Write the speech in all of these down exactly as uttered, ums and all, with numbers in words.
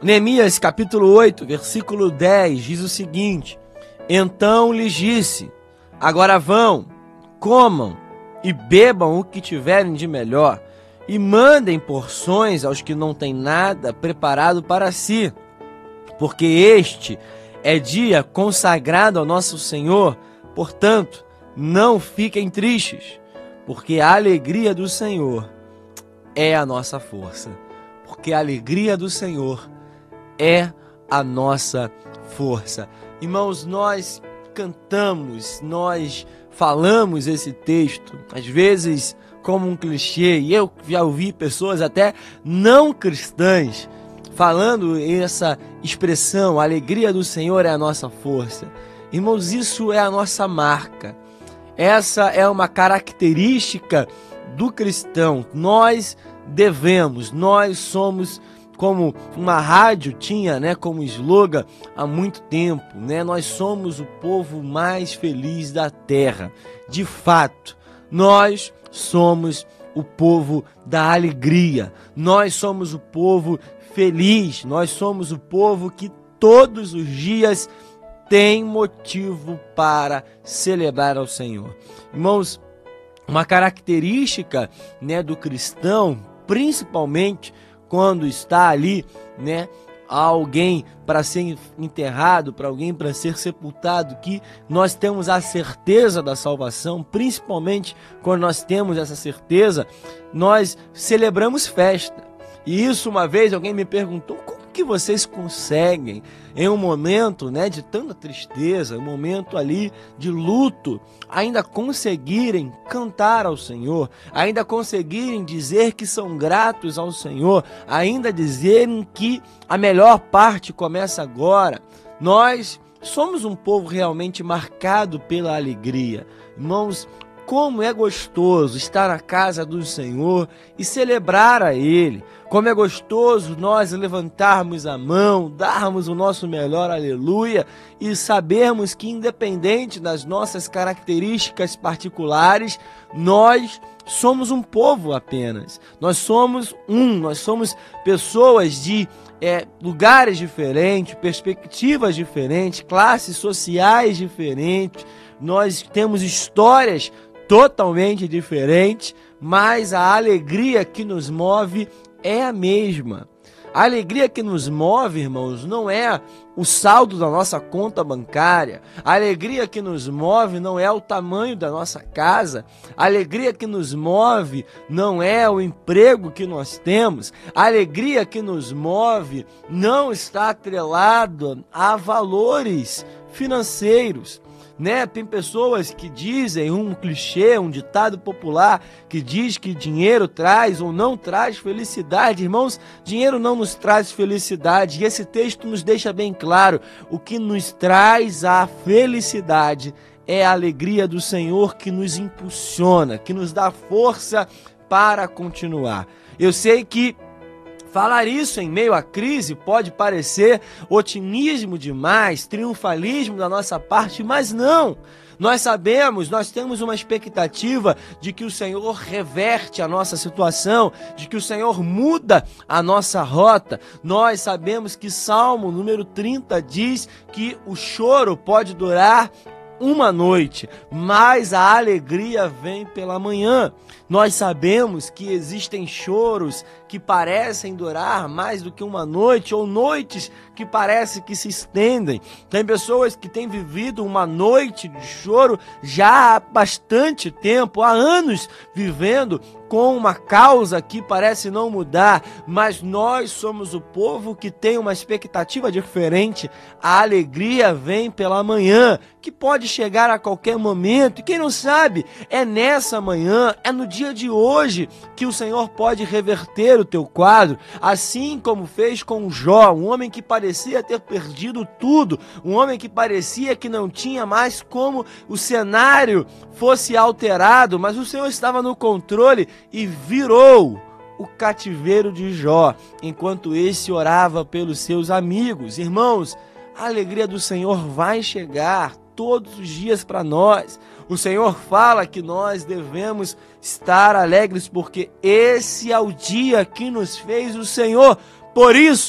Neemias capítulo oito, versículo dez, diz o seguinte: então lhes disse, agora vão, comam e bebam o que tiverem de melhor, e mandem porções aos que não têm nada preparado para si, porque este é dia consagrado ao nosso Senhor. Portanto, não fiquem tristes, porque a alegria do Senhor é a nossa força. Porque a alegria do Senhor é a nossa força. Irmãos, nós cantamos, nós falamos esse texto, às vezes como um clichê, e eu já ouvi pessoas até não cristãs falando essa expressão, a alegria do Senhor é a nossa força. Irmãos, isso é a nossa marca. Essa é uma característica do cristão. Nós devemos, nós somos, como uma rádio tinha, né, como slogan há muito tempo, né, nós somos o povo mais feliz da terra. De fato, nós somos o povo da alegria. Nós somos o povo feliz. Nós somos o povo que todos os dias tem motivo para celebrar ao Senhor. Irmãos, uma característica, né, do cristão, principalmente quando está ali, né, alguém para ser enterrado, para alguém para ser sepultado, que nós temos a certeza da salvação, principalmente quando nós temos essa certeza, nós celebramos festa. E isso, uma vez alguém me perguntou: como que vocês conseguem, em um momento, né, de tanta tristeza, um momento ali de luto, ainda conseguirem cantar ao Senhor, ainda conseguirem dizer que são gratos ao Senhor, ainda dizerem que a melhor parte começa agora? Nós somos um povo realmente marcado pela alegria. Irmãos, como é gostoso estar na casa do Senhor e celebrar a Ele. Como é gostoso nós levantarmos a mão, darmos o nosso melhor aleluia e sabermos que, independente das nossas características particulares, nós somos um povo apenas. Nós somos um, nós somos pessoas de é, lugares diferentes, perspectivas diferentes, classes sociais diferentes. Nós temos histórias totalmente diferentes, mas a alegria que nos move é a mesma. A alegria que nos move, irmãos, não é o saldo da nossa conta bancária. A alegria que nos move não é o tamanho da nossa casa. A alegria que nos move não é o emprego que nós temos. A alegria que nos move não está atrelada a valores financeiros. Né? Tem pessoas que dizem, um clichê, um ditado popular que diz que dinheiro traz ou não traz felicidade. Irmãos, dinheiro não nos traz felicidade, e esse texto nos deixa bem claro: o que nos traz a felicidade é a alegria do Senhor, que nos impulsiona, que nos dá força para continuar. Eu sei que falar isso em meio à crise pode parecer otimismo demais, triunfalismo da nossa parte, mas não. Nós sabemos, nós temos uma expectativa de que o Senhor reverte a nossa situação, de que o Senhor muda a nossa rota. Nós sabemos que Salmo número trinta diz que o choro pode durar uma noite, mas a alegria vem pela manhã. Nós sabemos que existem choros que parecem durar mais do que uma noite, ou noites que parecem que se estendem. Tem pessoas que têm vivido uma noite de choro já há bastante tempo, há anos vivendo com uma causa que parece não mudar, mas nós somos o povo que tem uma expectativa diferente. A alegria vem pela manhã, que pode chegar a qualquer momento, e quem não sabe, é nessa manhã, é no dia de hoje que o Senhor pode reverter o teu quadro, assim como fez com Jó, um homem que parecia ter perdido tudo, um homem que parecia que não tinha mais como o cenário fosse alterado, mas o Senhor estava no controle e virou o cativeiro de Jó, enquanto esse orava pelos seus amigos. Irmãos, a alegria do Senhor vai chegar todos os dias para nós. O Senhor fala que nós devemos estar alegres, porque esse é o dia que nos fez o Senhor. Por isso,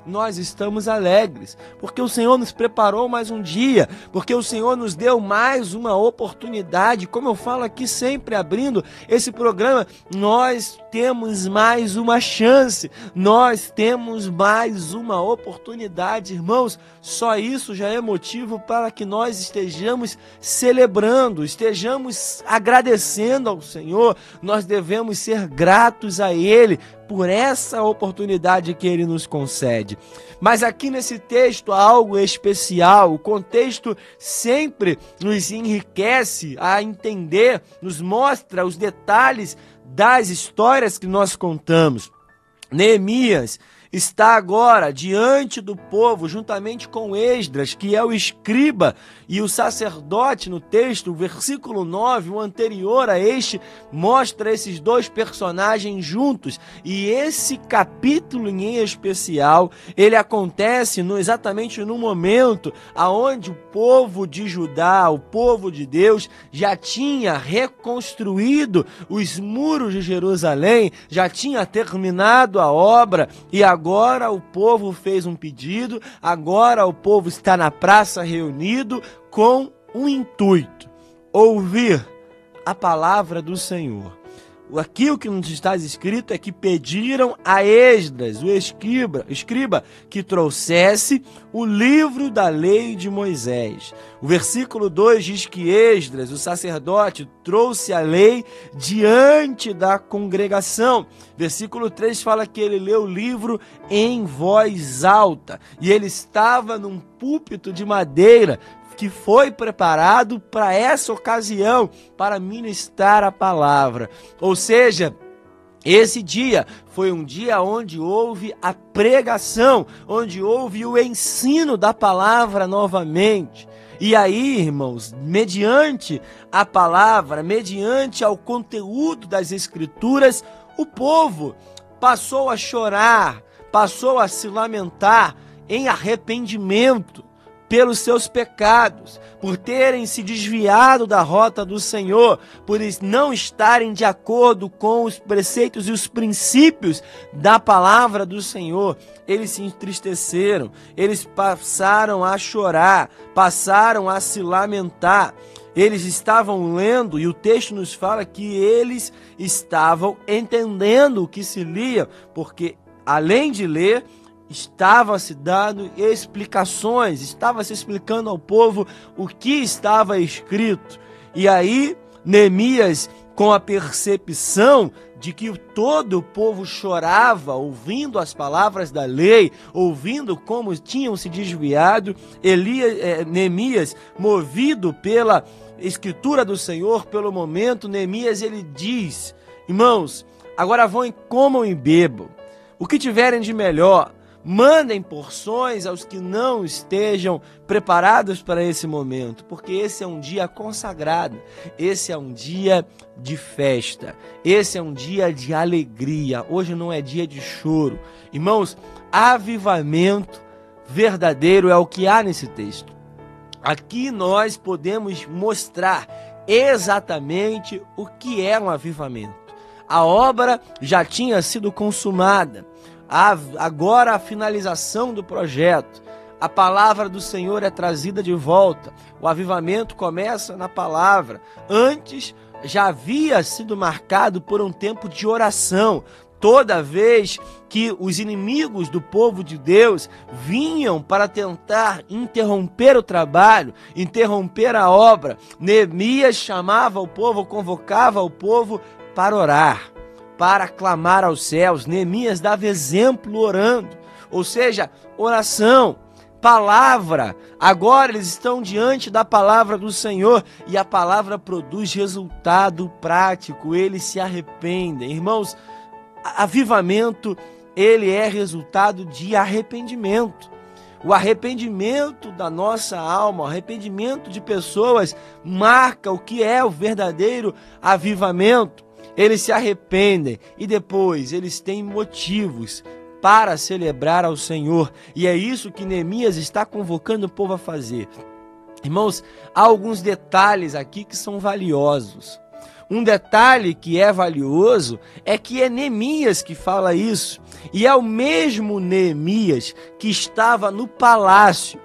nós estamos alegres, porque o Senhor nos preparou mais um dia, porque o Senhor nos deu mais uma oportunidade. Como eu falo aqui sempre abrindo esse programa, nós temos mais uma chance, nós temos mais uma oportunidade, irmãos. Só isso já é motivo para que nós estejamos celebrando, estejamos agradecendo ao Senhor. Nós devemos ser gratos a Ele por essa oportunidade que Ele nos concede. Mas aqui nesse texto há algo especial. O contexto sempre nos enriquece a entender, nos mostra os detalhes das histórias que nós contamos. Neemias está agora diante do povo, juntamente com Esdras, que é o escriba e o sacerdote. No texto, o versículo nove, o anterior a este, mostra esses dois personagens juntos. E esse capítulo em especial, ele acontece no, exatamente no momento aonde o povo de Judá, o povo de Deus, já tinha reconstruído os muros de Jerusalém, já tinha terminado a obra, e agora Agora o povo fez um pedido, agora o povo está na praça reunido com um intuito: ouvir a palavra do Senhor. Aqui o que nos está escrito é que pediram a Esdras, o escriba, escriba, que trouxesse o livro da lei de Moisés. O versículo dois diz que Esdras, o sacerdote, trouxe a lei diante da congregação. Versículo três fala que ele leu o livro em voz alta e ele estava num púlpito de madeira que foi preparado para essa ocasião, para ministrar a palavra. Ou seja, esse dia foi um dia onde houve a pregação, onde houve o ensino da palavra novamente. E aí, irmãos, mediante a palavra, mediante ao conteúdo das Escrituras, o povo passou a chorar, passou a se lamentar em arrependimento pelos seus pecados, por terem se desviado da rota do Senhor, por não estarem de acordo com os preceitos e os princípios da palavra do Senhor. Eles se entristeceram, eles passaram a chorar, passaram a se lamentar. Eles estavam lendo, e o texto nos fala que eles estavam entendendo o que se lia, porque além de ler, estava se dando explicações, estava se explicando ao povo o que estava escrito. E aí, Neemias, com a percepção de que todo o povo chorava, ouvindo as palavras da lei, ouvindo como tinham se desviado, Elias, eh, Neemias, movido pela escritura do Senhor, pelo momento, Neemias, ele diz: irmãos, agora vão e comam e bebam o que tiverem de melhor. Mandem porções aos que não estejam preparados para esse momento, porque esse é um dia consagrado, esse é um dia de festa, esse é um dia de alegria. Hoje não é dia de choro. Irmãos, avivamento verdadeiro é o que há nesse texto. Aqui nós podemos mostrar exatamente o que é um avivamento. A obra já tinha sido consumada. Agora a finalização do projeto, a palavra do Senhor é trazida de volta, o avivamento começa na palavra. Antes já havia sido marcado por um tempo de oração. Toda vez que os inimigos do povo de Deus vinham para tentar interromper o trabalho, interromper a obra, Neemias chamava o povo, convocava o povo para orar, para clamar aos céus. Neemias dava exemplo orando, ou seja, oração, palavra. Agora eles estão diante da palavra do Senhor e a palavra produz resultado prático, eles se arrependem. Irmãos, avivamento, ele é resultado de arrependimento. O arrependimento da nossa alma, o arrependimento de pessoas marca o que é o verdadeiro avivamento. Eles se arrependem e depois eles têm motivos para celebrar ao Senhor. E é isso que Neemias está convocando o povo a fazer. Irmãos, há alguns detalhes aqui que são valiosos. Um detalhe que é valioso é que é Neemias que fala isso, e é o mesmo Neemias que estava no palácio,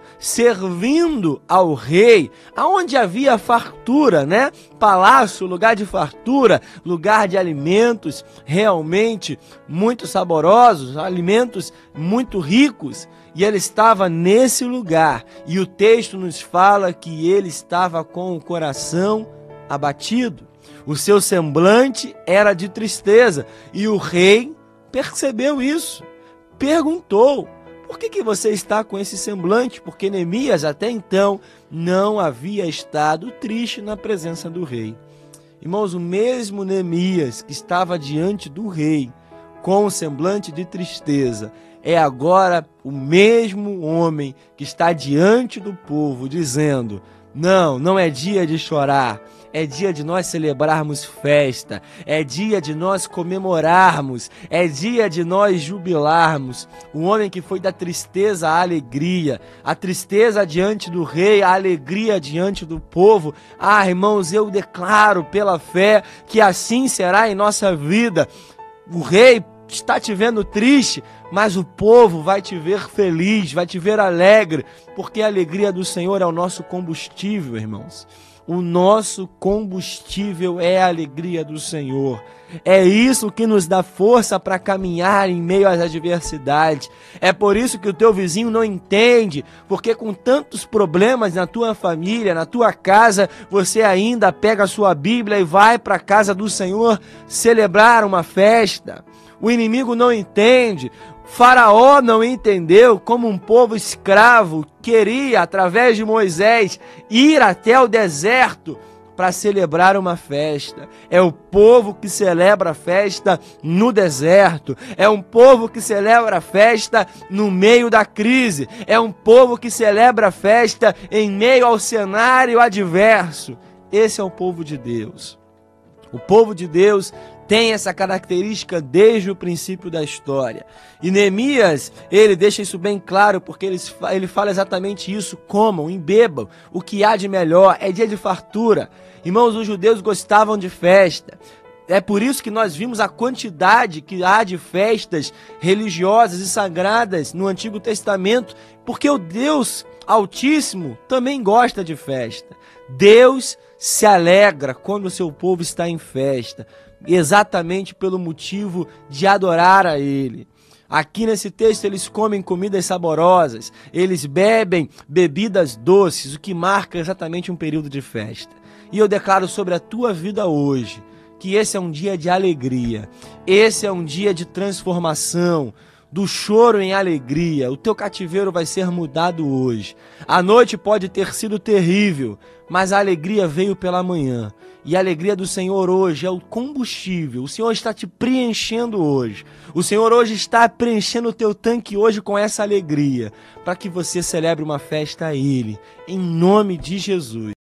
servindo ao rei, aonde havia fartura, né? Palácio, lugar de fartura, lugar de alimentos realmente muito saborosos, alimentos muito ricos, e ele estava nesse lugar, e o texto nos fala que ele estava com o coração abatido, o seu semblante era de tristeza, e o rei percebeu isso, perguntou: por que que você está com esse semblante? Porque Neemias até então não havia estado triste na presença do rei. Irmãos, o mesmo Neemias que estava diante do rei com o semblante de tristeza é agora o mesmo homem que está diante do povo dizendo: não, não é dia de chorar, é dia de nós celebrarmos festa, é dia de nós comemorarmos, é dia de nós jubilarmos. O homem que foi da tristeza à alegria, a tristeza diante do rei, a alegria diante do povo. Ah, irmãos, eu declaro pela fé que assim será em nossa vida. O rei está te vendo triste, mas o povo vai te ver feliz, vai te ver alegre, porque a alegria do Senhor é o nosso combustível, irmãos. O nosso combustível é a alegria do Senhor. É isso que nos dá força para caminhar em meio às adversidades. É por isso que o teu vizinho não entende, porque com tantos problemas na tua família, na tua casa, você ainda pega a sua Bíblia e vai para a casa do Senhor celebrar uma festa. O inimigo não entende. Faraó não entendeu como um povo escravo queria, através de Moisés, ir até o deserto para celebrar uma festa. É o povo que celebra a festa no deserto. É um povo que celebra a festa no meio da crise. É um povo que celebra a festa em meio ao cenário adverso. Esse é o povo de Deus. O povo de Deus tem essa característica desde o princípio da história. E Neemias, ele deixa isso bem claro, porque ele, ele fala exatamente isso: comam e bebam o que há de melhor, é dia de fartura. Irmãos, os judeus gostavam de festa. É por isso que nós vimos a quantidade que há de festas religiosas e sagradas no Antigo Testamento, porque o Deus Altíssimo também gosta de festa. Deus se alegra quando o seu povo está em festa, exatamente pelo motivo de adorar a Ele. Aqui nesse texto eles comem comidas saborosas, eles bebem bebidas doces, o que marca exatamente um período de festa. E eu declaro sobre a tua vida hoje que esse é um dia de alegria, esse é um dia de transformação, do choro em alegria. O teu cativeiro vai ser mudado hoje. A noite pode ter sido terrível, mas a alegria veio pela manhã. E a alegria do Senhor hoje é o combustível. O Senhor está te preenchendo hoje. O Senhor hoje está preenchendo o teu tanque hoje com essa alegria, para que você celebre uma festa a Ele, em nome de Jesus.